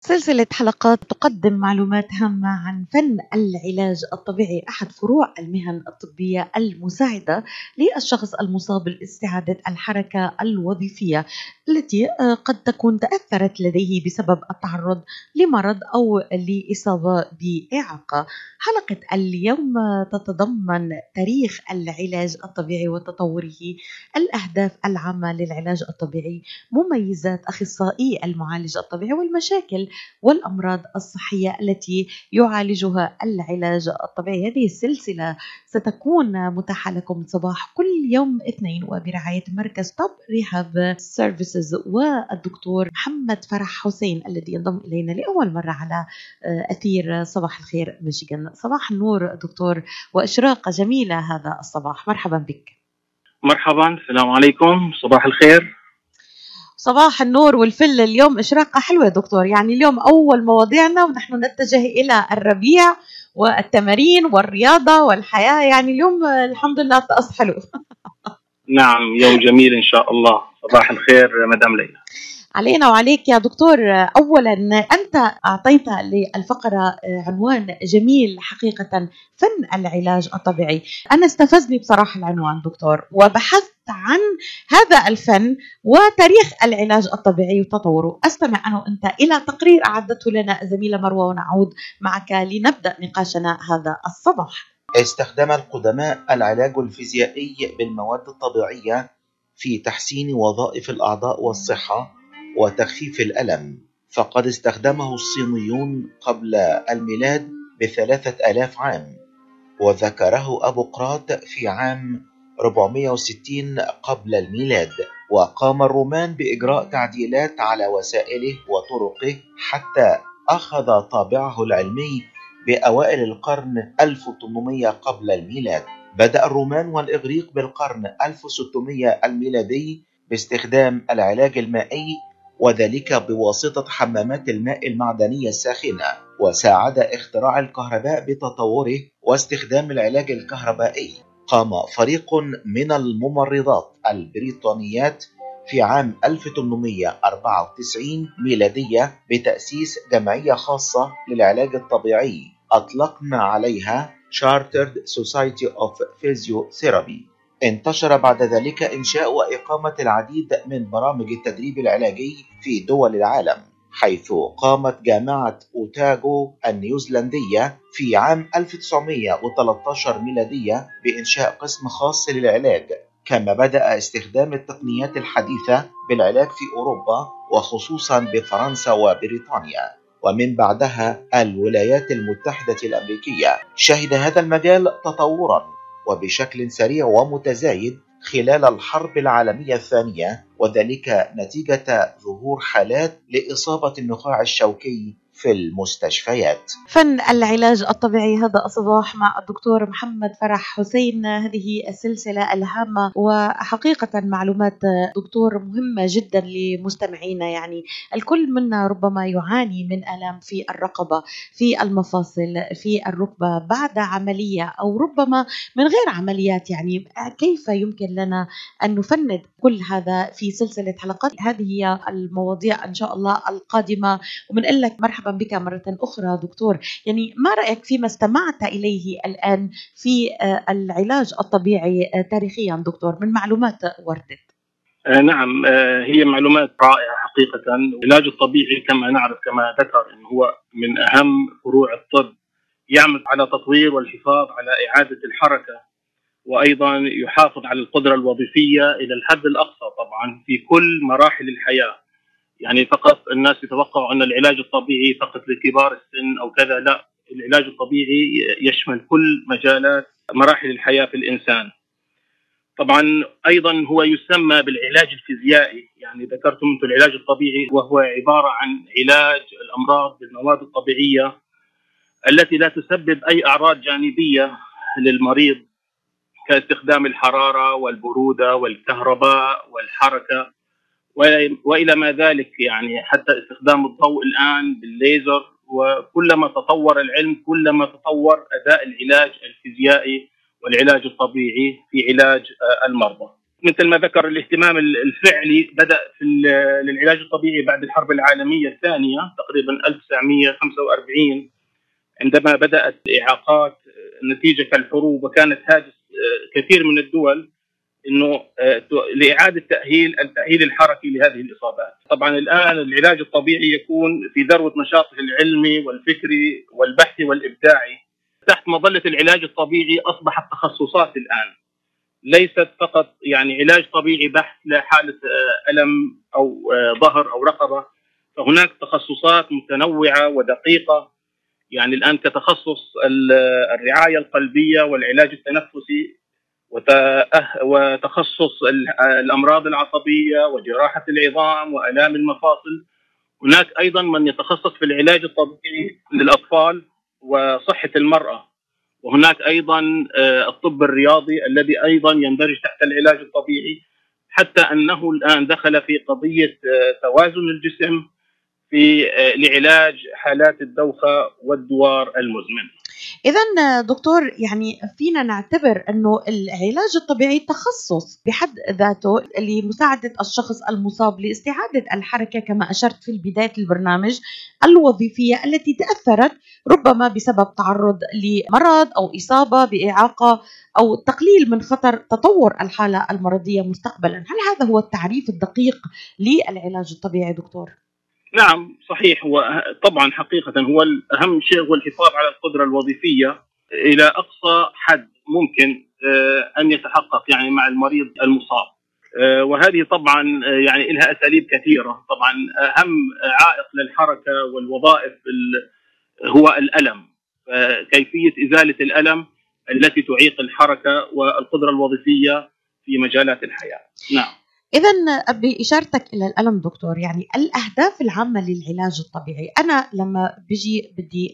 سلسلة حلقات تقدم معلومات هامة عن فن العلاج الطبيعي، أحد فروع المهن الطبية المساعدة للشخص المصاب باستعادة الحركة الوظيفية التي قد تكون تأثرت لديه بسبب التعرض لمرض أو لإصابة بإعاقة. حلقة اليوم تتضمن تاريخ العلاج الطبيعي وتطوره، الأهداف العامة للعلاج الطبيعي، مميزات أخصائي المعالج الطبيعي، والمشاكل والأمراض الصحية التي يعالجها العلاج الطبيعي. هذه السلسلة ستكون متاحة لكم صباح كل يوم اثنين وبرعاية مركز توب ريهاب سيرفيسز والدكتور محمد فرح حسين الذي ينضم إلينا لأول مرة على أثير صباح الخير ميشيغان. صباح النور دكتور، وإشراقة جميلة هذا الصباح، مرحبا بك. مرحبا، السلام عليكم، صباح الخير. صباح النور والفل. اليوم إشراقة حلوة دكتور، يعني اليوم أول مواضيعنا ونحن نتجه إلى الربيع والتمارين والرياضة والحياة، يعني اليوم الحمد لله طقس حلو. نعم، يوم جميل إن شاء الله. صباح الخير مدام ليلى. علينا وعليك يا دكتور. أولا أنت أعطيت للفقرة عنوان جميل حقيقة، فن العلاج الطبيعي. أنا استفزني بصراحة العنوان دكتور، وبحثت عن هذا الفن وتاريخ العلاج الطبيعي وتطوره. أستمع أنا وأنت إلى تقرير أعدته لنا زميلة مروة، ونعود معك لنبدأ نقاشنا هذا الصباح. استخدم القدماء العلاج الفيزيائي بالمواد الطبيعية في تحسين وظائف الأعضاء والصحة وتخفيف الألم، فقد استخدمه الصينيون قبل الميلاد ب3000 عام، وذكره أبوقراط في عام 460 قبل الميلاد. وقام الرومان بإجراء تعديلات على وسائله وطرقه حتى أخذ طابعه العلمي بأوائل القرن 1800 قبل الميلاد. بدأ الرومان والإغريق بالقرن 1600 الميلادي باستخدام العلاج المائي، وذلك بواسطة حمامات الماء المعدنية الساخنة، وساعد اختراع الكهرباء بتطوره واستخدام العلاج الكهربائي. قام فريق من الممرضات البريطانيات في عام 1894 ميلادية بتأسيس جمعية خاصة للعلاج الطبيعي أطلقنا عليها Chartered Society of Physiotherapy. انتشر بعد ذلك إنشاء وإقامة العديد من برامج التدريب العلاجي في دول العالم، حيث قامت جامعة أوتاغو النيوزيلندية في عام 1913 ميلادية بإنشاء قسم خاص للعلاج. كما بدأ استخدام التقنيات الحديثة بالعلاج في أوروبا، وخصوصا بفرنسا وبريطانيا، ومن بعدها الولايات المتحدة الأمريكية. شهد هذا المجال تطورا وبشكل سريع ومتزايد خلال الحرب العالمية الثانية، وذلك نتيجة ظهور حالات لإصابة النخاع الشوكي في المستشفيات. فن العلاج الطبيعي هذا الصباح مع الدكتور محمد فرح حسين. هذه السلسلة الهامة وحقيقة معلومات دكتور مهمة جدا لمستمعينا، يعني الكل منا ربما يعاني من آلام في الرقبة، في المفاصل، في الركبة بعد عملية أو ربما من غير عمليات. يعني كيف يمكن لنا أن نفند كل هذا في سلسلة حلقات؟ هذه هي المواضيع إن شاء الله القادمة، وبنقول لك مرحبا بك مرة أخرى دكتور. يعني ما رأيك فيما استمعت إليه الآن في العلاج الطبيعي تاريخيا دكتور من معلومات وردت؟ نعم، هي معلومات رائعة حقيقة. العلاج الطبيعي كما نعرف، كما ذكر، أنه هو من أهم فروع الطب، يعمل على تطوير والحفاظ على إعادة الحركة، وأيضا يحافظ على القدرة الوظيفية إلى الحد الأقصى طبعا في كل مراحل الحياة. يعني فقط الناس يتوقعوا أن العلاج الطبيعي فقط لكبار السن أو كذا، لا، العلاج الطبيعي يشمل كل مجالات مراحل الحياة في الإنسان. طبعا أيضا هو يسمى بالعلاج الفيزيائي، يعني ذكرتم أنتم العلاج الطبيعي، وهو عبارة عن علاج الأمراض بالمواد الطبيعية التي لا تسبب أي أعراض جانبية للمريض، كاستخدام الحرارة والبرودة والكهرباء والحركة وإلى ما ذلك، يعني حتى استخدام الضوء الآن بالليزر. وكلما تطور العلم كلما تطور أداء العلاج الفيزيائي والعلاج الطبيعي في علاج المرضى. مثل ما ذكر الاهتمام الفعلي بدأ للعلاج الطبيعي بعد الحرب العالمية الثانية تقريبا 1945، عندما بدأت إعاقات نتيجة الحروب، وكانت هاجس كثير من الدول انه لاعاده التاهيل الحركي لهذه الاصابات. طبعا الان العلاج الطبيعي يكون في ذروه نشاطه العلمي والفكري والبحثي والابداعي. تحت مظله العلاج الطبيعي اصبحت تخصصات الان، ليست فقط يعني علاج طبيعي بحت لحاله الم او ظهر او رقبه، فهناك تخصصات متنوعه ودقيقه. يعني الان كتخصص الرعايه القلبيه والعلاج التنفسي، وتخصص الأمراض العصبية وجراحة العظام وآلام المفاصل. هناك أيضا من يتخصص في العلاج الطبيعي للأطفال وصحة المرأة، وهناك أيضا الطب الرياضي الذي أيضا يندرج تحت العلاج الطبيعي، حتى أنه الآن دخل في قضية توازن الجسم لعلاج حالات الدوخة والدوار المزمن. إذن دكتور، يعني فينا نعتبر أنه العلاج الطبيعي تخصص بحد ذاته لمساعدة الشخص المصاب لاستعادة الحركة، كما أشرت في بداية البرنامج، الوظيفية التي تأثرت ربما بسبب تعرض لمرض أو إصابة بإعاقة أو تقليل من خطر تطور الحالة المرضية مستقبلا. هل هذا هو التعريف الدقيق للعلاج الطبيعي دكتور؟ نعم صحيح. هو طبعا حقيقة هو أهم شيء هو الحفاظ على القدرة الوظيفية إلى أقصى حد ممكن أن يتحقق يعني مع المريض المصاب. وهذه طبعا يعني لها أساليب كثيرة. طبعا أهم عائق للحركة والوظائف هو الألم، كيفية إزالة الألم التي تعيق الحركة والقدرة الوظيفية في مجالات الحياة. نعم. إذن بإشارتك إلى الألم دكتور، يعني الأهداف العامة للعلاج الطبيعي، أنا لما بدي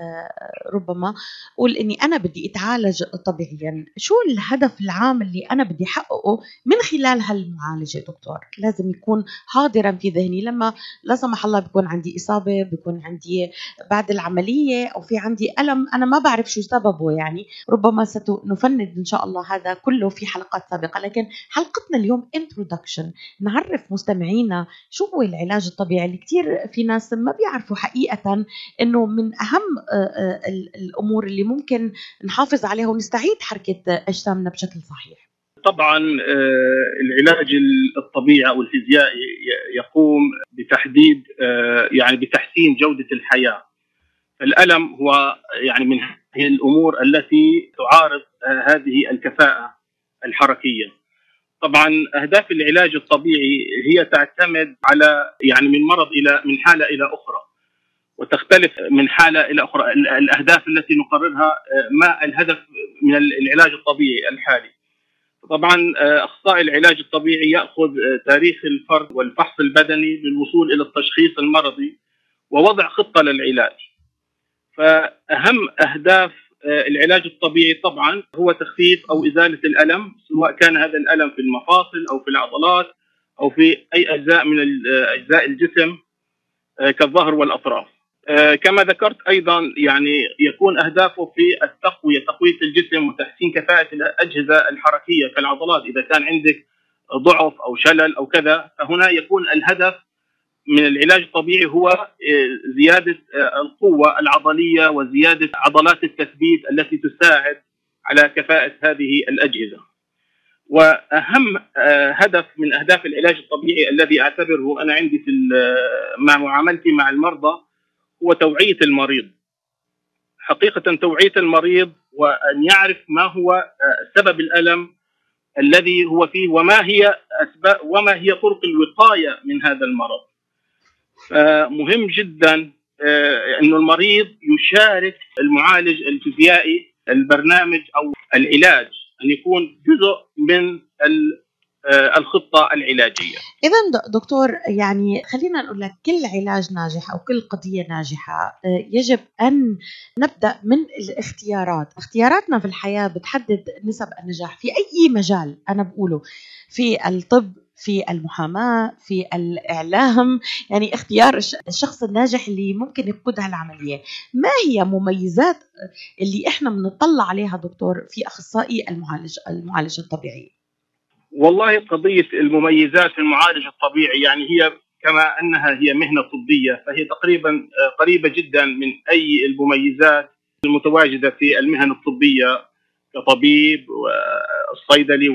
ربما أقول إني أنا بدي أتعالج طبيعيا، شو الهدف العام اللي أنا بدي أحققه من خلال هالمعالجة دكتور؟ لازم يكون حاضرا في ذهني لما لا سمح الله بيكون عندي إصابة، بيكون عندي بعد العملية أو في عندي ألم أنا ما بعرف شو سببه. يعني ربما سنفند إن شاء الله هذا كله في حلقات سابقة، لكن حلقتنا اليوم نعرف مستمعينا شو هو العلاج الطبيعي، اللي كتير في ناس ما بيعرفوا حقيقة انه من اهم الامور اللي ممكن نحافظ عليها ونستعيد حركة اجسامنا بشكل صحيح. طبعا العلاج الطبيعي او الفيزيائي يقوم بتحديد يعني بتحسين جودة الحياة. الألم هو يعني من الامور التي تعارض هذه الكفاءة الحركية. طبعا أهداف العلاج الطبيعي هي تعتمد على يعني من حالة إلى أخرى، وتختلف من حالة إلى أخرى. الأهداف التي نقررها ما الهدف من العلاج الطبيعي الحالي. طبعا أخصائي العلاج الطبيعي يأخذ تاريخ الفرد والفحص البدني للوصول إلى التشخيص المرضي ووضع خطة للعلاج. فأهم أهداف العلاج الطبيعي طبعا هو تخفيف أو إزالة الألم، سواء كان هذا الألم في المفاصل أو في العضلات أو في أي أجزاء من أجزاء الجسم كالظهر والأطراف. كما ذكرت أيضا يعني يكون أهدافه في تقوية الجسم وتحسين كفاءة الأجهزة الحركية كالعضلات. إذا كان عندك ضعف أو شلل أو كذا، فهنا يكون الهدف من العلاج الطبيعي هو زيادة القوة العضلية وزيادة عضلات التثبيت التي تساعد على كفاءة هذه الأجهزة. وأهم هدف من أهداف العلاج الطبيعي الذي أعتبره أنا عندي مع معاملتي مع المرضى هو توعية المريض. حقيقة توعية المريض وأن يعرف ما هو سبب الألم الذي هو فيه وما هي طرق الوقاية من هذا المرض. مهم جدا أن المريض يشارك المعالج الفيزيائي البرنامج أو العلاج، أن يكون جزء من الخطة العلاجية. إذن دكتور، يعني خلينا نقول لك كل علاج ناجح أو كل قضية ناجحة يجب أن نبدأ من الاختيارات. اختياراتنا في الحياة بتحدد نسب النجاح في أي مجال. أنا بقوله في الطب، في المحاماة، في الإعلام، يعني اختيار الشخص الناجح اللي ممكن يقودها العملية. ما هي مميزات اللي إحنا بنطلع عليها دكتور في أخصائي المعالج الطبيعي؟ والله قضية المميزات في المعالج الطبيعي يعني هي كما أنها هي مهنة طبية، فهي تقريبا قريبة جدا من أي المميزات المتواجدة في المهن الطبية كطبيب والصيدلي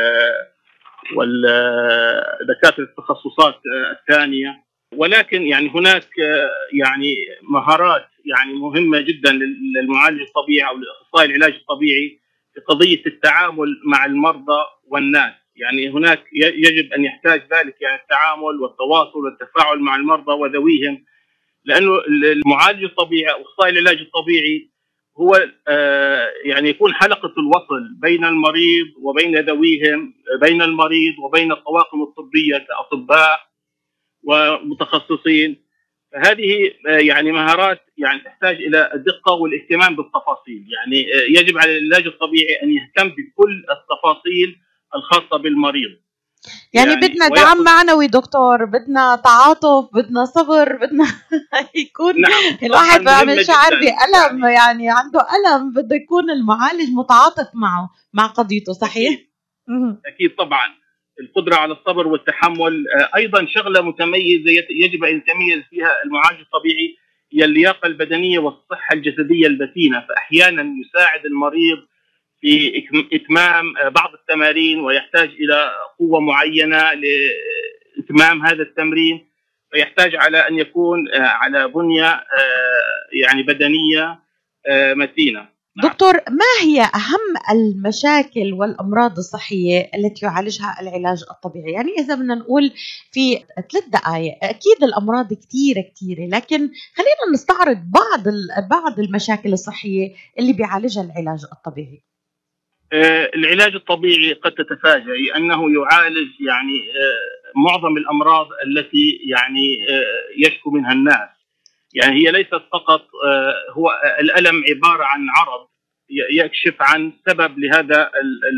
والدكاترة التخصصات الثانية. ولكن يعني هناك يعني مهارات يعني مهمة جدا للمعالج الطبيعي أو لأخصائي العلاج الطبيعي في قضية التعامل مع المرضى والناس. يعني هناك يجب أن يحتاج ذلك يعني التعامل والتواصل والتفاعل مع المرضى وذويهم، لأنه المعالج الطبيعي أو أخصائي العلاج الطبيعي هو يعني يكون حلقة الوصل بين المريض وبين ذويهم، بين المريض وبين الطواقم الطبية كأطباء ومتخصصين. فهذه يعني مهارات يعني تحتاج إلى الدقة والاهتمام بالتفاصيل. يعني يجب على العلاج الطبيعي أن يهتم بكل التفاصيل الخاصة بالمريض. يعني بدنا دعم معنوي دكتور، بدنا تعاطف، بدنا صبر، بدنا يكون نعم الواحد بعمل شعر بألم، يعني عنده ألم بده يكون المعالج متعاطف معه مع قضيته. صحيح؟ أكيد طبعا. القدرة على الصبر والتحمل أيضا شغلة متميزة يجب أن يتميز فيها المعالج الطبيعي، هي اللياقة البدنية والصحة الجسدية المتينة. فأحيانا يساعد المريض في إتمام بعض التمارين ويحتاج إلى قوة معينة لإتمام هذا التمرين، فيحتاج على أن يكون على بنية يعني بدنية متينة. دكتور، ما هي أهم المشاكل والأمراض الصحية التي يعالجها العلاج الطبيعي؟ يعني إذا بدنا نقول في 3 دقائق، أكيد الأمراض كتيرة، لكن خلينا نستعرض بعض المشاكل الصحية اللي بيعالجها العلاج الطبيعي. العلاج الطبيعي قد تتفاجئ أنه يعالج يعني معظم الأمراض التي يعني يشكو منها الناس. يعني هي ليست فقط هو الألم عبارة عن عرض يكشف عن سبب لهذا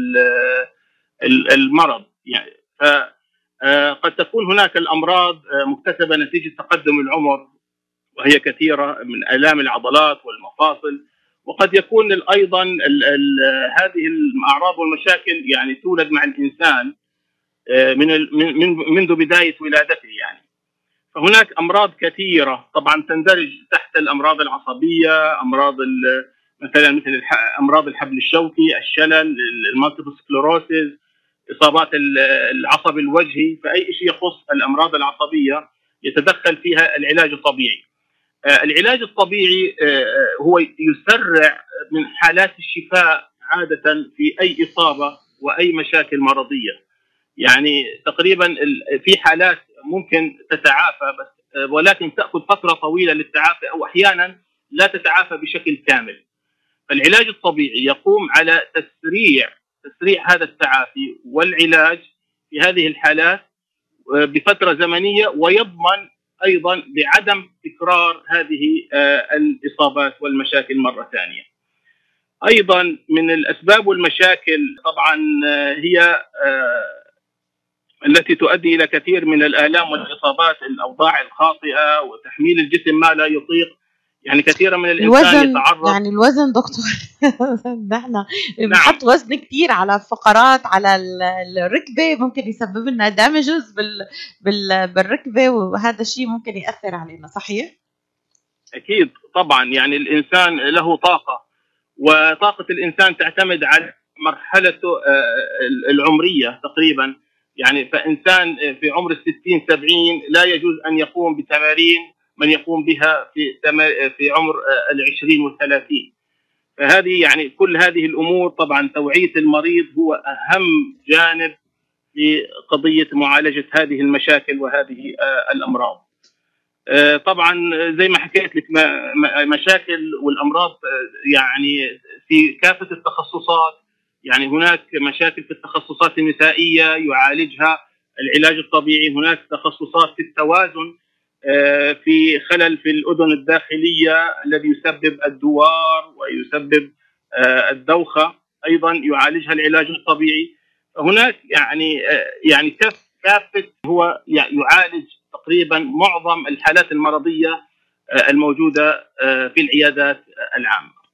المرض. يعني قد تكون هناك الأمراض مكتسبة نتيجة تقدم العمر، وهي كثيرة من آلام العضلات والمفاصل. وقد يكون أيضا هذه الأعراض والمشاكل يعني تولد مع الإنسان منذ بداية ولادته. يعني فهناك أمراض كثيرة طبعا تندرج تحت الأمراض العصبية، أمراض مثل أمراض الحبل الشوكي، الشلل، المالتيبل سكليروسيس، إصابات العصب الوجهي. فأي شيء يخص الأمراض العصبية يتدخل فيها العلاج الطبيعي. العلاج الطبيعي هو يسرع من حالات الشفاء عادة في أي إصابة وأي مشاكل مرضية. يعني تقريبا في حالات ممكن تتعافى بس ولكن تأخذ فترة طويلة للتعافي، أو أحيانا لا تتعافى بشكل كامل. فالعلاج الطبيعي يقوم على تسريع هذا التعافي والعلاج في هذه الحالات بفترة زمنية، ويضمن أيضا بعدم تكرار هذه الإصابات والمشاكل مرة ثانية. أيضا من الأسباب والمشاكل طبعا هي التي تؤدي إلى كثير من الآلام والإصابات، الأوضاع الخاطئة وتحميل الجسم ما لا يطيق. يعني كثيرا من الإنسان يتعرض يعني الوزن دكتور نحن بنحط وزن كتير على فقرات على الركبة، ممكن يسبب لنا دامجز بالركبة، وهذا الشيء ممكن يأثر علينا. صحيح؟ أكيد طبعا. يعني الإنسان له طاقة، وطاقة الإنسان تعتمد على مرحلته العمرية تقريبا. يعني فإنسان في عمر 60-70 لا يجوز أن يقوم بتمارين من يقوم بها في عمر 20 و30. فهذه يعني كل هذه الأمور طبعا توعية المريض هو أهم جانب في قضية معالجة هذه المشاكل وهذه الأمراض. طبعا زي ما حكيت لك مشاكل والأمراض يعني في كافة التخصصات. يعني هناك مشاكل في التخصصات النسائية يعالجها العلاج الطبيعي، هناك تخصصات في التوازن، في خلل في الأذن الداخلية الذي يسبب الدوار ويسبب الدوخة، أيضا يعالجها العلاج الطبيعي. هناك يعني كافة هو يعالج تقريبا معظم الحالات المرضية الموجودة في العيادات العامة.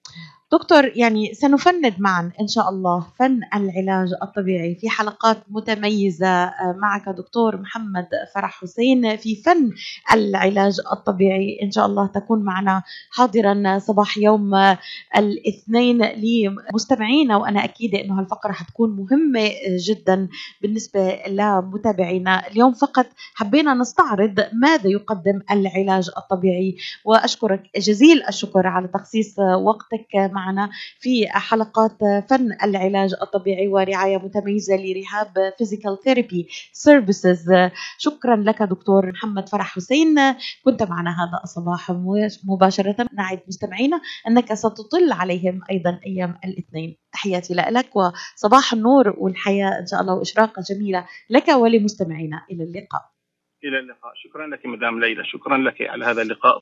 دكتور، يعني سنفند معا إن شاء الله فن العلاج الطبيعي في حلقات متميزة معك دكتور محمد فرح حسين في فن العلاج الطبيعي. إن شاء الله تكون معنا حاضرا صباح يوم الاثنين لمستمعينا، وأنا أكيدة أنه هالفقرة حتكون مهمة جدا بالنسبة لمتابعينا. اليوم فقط حبينا نستعرض ماذا يقدم العلاج الطبيعي، وأشكرك جزيل الشكر على تخصيص وقتك معنا في حلقات فن العلاج الطبيعي ورعاية متميزة لرهاب فيزيكال ثيرابي سيرفيسز. شكرا لك دكتور محمد فرح حسين، كنت معنا هذا الصباح مباشرة. نعد مستمعينا أنك ستطل عليهم أيضا أيام الاثنين. تحياتي لك وصباح النور والحياة إن شاء الله وإشراقة جميلة لك ولمستمعينا. إلى اللقاء. إلى اللقاء. شكرا لك مدام ليلى، شكرا لك على هذا اللقاء.